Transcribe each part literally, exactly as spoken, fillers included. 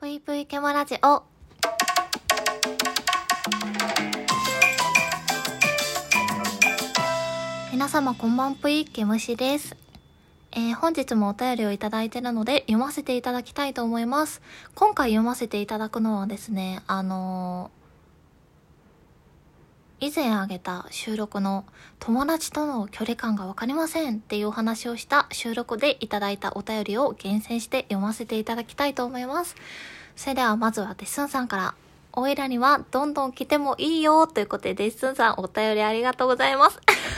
ぷいぷいけもラジオ。皆様こんばんぷい、けむしです。えー、本日もお便りをいただいているので読ませていただきたいと思います。今回読ませていただくのはですね、あのー、以前あげた収録の友達との距離感がわかりませんっていうお話をした収録でいただいたお便りを厳選して読ませていただきたいと思います。それではまずはデッスンさんから、おいらにはどんどん来てもいいよということで、デッスンさんお便りありがとうございます。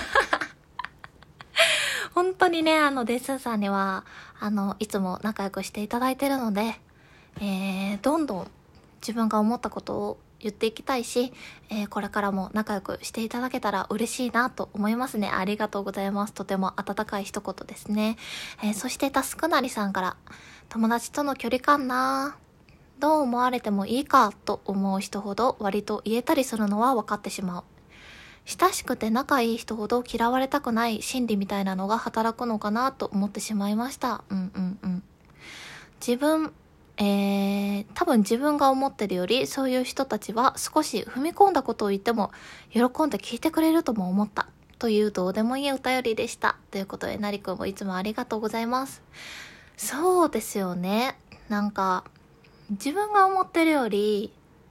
本当にね、あのデッスンさんにはあのいつも仲良くしていただいてるので、えー、どんどん自分が思ったことを言っていきたいし、えー、これからも仲良くしていただけたら嬉しいなと思いますね。ありがとうございます。とても温かい一言ですね。えー、そしてタスクなりさんから、友達との距離感なぁ、どう思われてもいいかと思う人ほど割と言えたりするのは分かってしまう。親しくて仲いい人ほど嫌われたくない心理みたいなのが働くのかなと思ってしまいました。うんうんうん。自分、えー、多分自分が思ってるよりそういう人たちは少し踏み込んだことを言っても喜んで聞いてくれるとも思ったというどうでもいいお便りでした。ということで、なりくんもいつもありがとうございます。そうですよね。なんか自分が思ってるより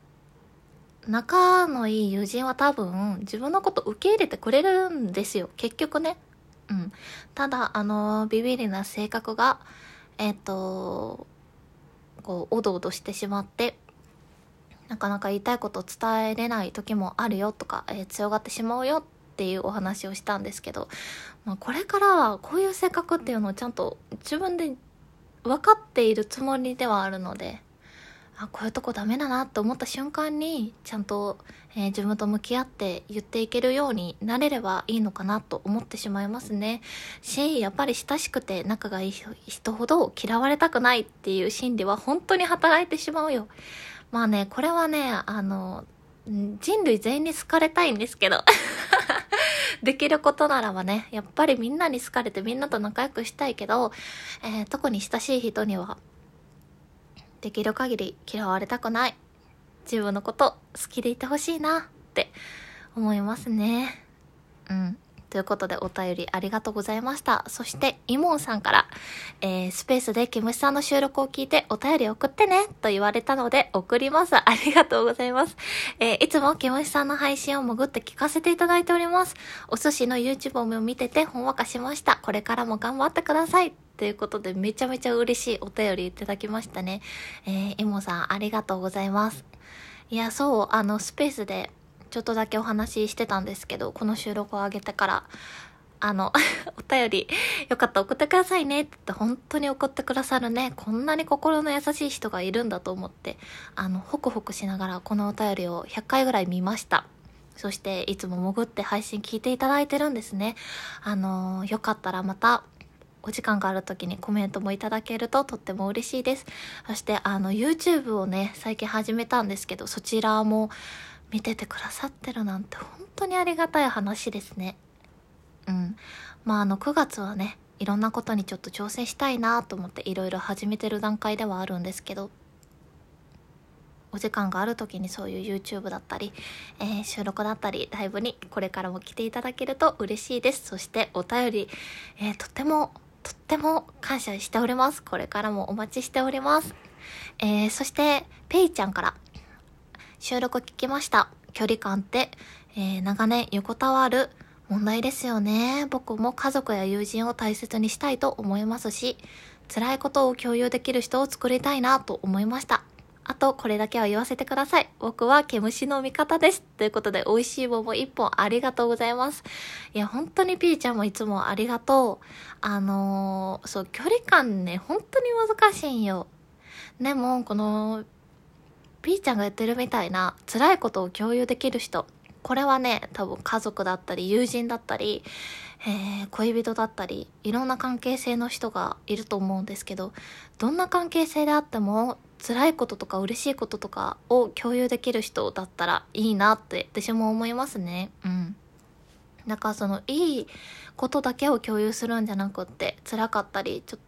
仲のいい友人は多分自分のこと受け入れてくれるんですよ、結局ね。うん。ただあのビビりな性格がえっとこうおどおどしてしまってなかなか言いたいことを伝えれない時もあるよとか、えー、強がってしまうよっていうお話をしたんですけど、まあ、これからはこういう性格っていうのをちゃんと自分で分かっているつもりではあるので、あ、こういうとこダメだなって思った瞬間にちゃんと、えー、自分と向き合って言っていけるようになれればいいのかなと思ってしまいますね。し、やっぱり親しくて仲がいい人ほど嫌われたくないっていう心理は本当に働いてしまうよ。まあね、これはね、あの人類全員に好かれたいんですけどできることならばね、やっぱりみんなに好かれてみんなと仲良くしたいけど、えー、特に親しい人にはできる限り嫌われたくない。自分のこと好きでいてほしいなって思いますね。うん。ということでお便りありがとうございました。そしてイモンさんから、えー、スペースでケムシさんの収録を聞いてお便り送ってねと言われたので送ります。ありがとうございます。えー、いつもケムシさんの配信を潜って聞かせていただいております。お寿司の YouTube を見ててほんわかしました。これからも頑張ってください。ということでめちゃめちゃ嬉しいお便りいただきましたね。えー、イモンさんありがとうございます。いや、そう、あのスペースでちょっとだけお話ししてたんですけど、この収録を上げてからあのお便りよかったら送ってくださいねって本当に送ってくださるね、こんなに心の優しい人がいるんだと思って、あのホクホクしながらこのお便りをひゃっかいぐらい見ました。そしていつも潜って配信聞いていただいてるんですね。あのよかったらまたお時間がある時にコメントもいただけるととっても嬉しいです。そしてあの YouTube をね最近始めたんですけど、そちらも見ててくださってるなんて本当にありがたい話ですね。うん。まああのくがつはね、いろんなことにちょっと挑戦したいなと思っていろいろ始めてる段階ではあるんですけど、お時間がある時にそういう YouTube だったり、えー、収録だったりライブにこれからも来ていただけると嬉しいです。そしてお便り、えー、とってもとっても感謝しております。これからもお待ちしております。えー、そしてペイちゃんから、収録聞きました。距離感って、えー、長年横たわる問題ですよね。僕も家族や友人を大切にしたいと思いますし、辛いことを共有できる人を作りたいなと思いました。あとこれだけは言わせてください。僕は毛虫の味方です。ということで、美味しい桃一本ありがとうございます。いや本当にピーちゃんもいつもありがとう。あのー、そう距離感ね本当に難しいんよ。でもこのピーちゃんが言ってるみたいな辛いことを共有できる人、これはね多分家族だったり友人だったり、えー、恋人だったりいろんな関係性の人がいると思うんですけど、どんな関係性であっても辛いこととか嬉しいこととかを共有できる人だったらいいなって私も思いますね。うん。だからそのいいことだけを共有するんじゃなくって、辛かったりちょっと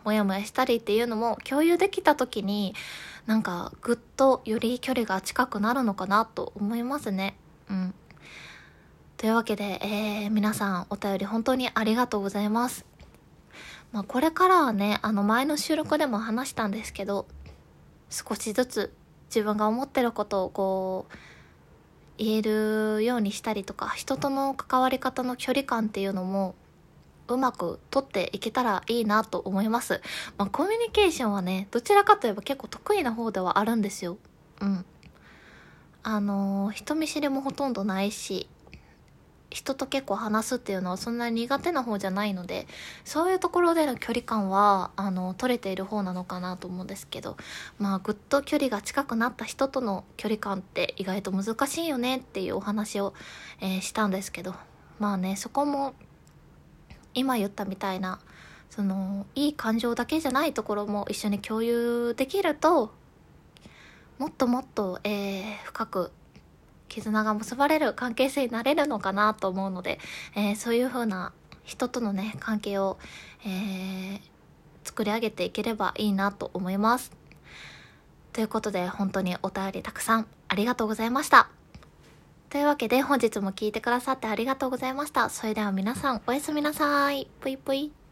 モヤモヤしたりっていうのも共有できた時に、なんかぐっとより距離が近くなるのかなと思いますね。うん。というわけで、えー、皆さんお便り本当にありがとうございます。まあ、これからはね、あの前の収録でも話したんですけど、少しずつ自分が思ってることをこう言えるようにしたりとか、人との関わり方の距離感っていうのもうまく取っていけたらいいなと思います。まあ、コミュニケーションはね、どちらかといえば結構得意な方ではあるんですよ。うん。あのー、人見知りもほとんどないし、人と結構話すっていうのはそんなに苦手な方じゃないので、そういうところでの距離感はあの取れている方なのかなと思うんですけど、まあぐっと距離が近くなった人との距離感って意外と難しいよねっていうお話を、えーしたんですけど、まあね、そこも今言ったみたいなそのいい感情だけじゃないところも一緒に共有できると、もっともっと、えー深く絆が結ばれる関係性になれるのかなと思うので、えーそういう風な人とのね関係を、えー作り上げていければいいなと思います。ということで、本当にお便りたくさんありがとうございました。というわけで、本日も聞いてくださってありがとうございました。それでは皆さんおやすみなさい。ぷいぷい。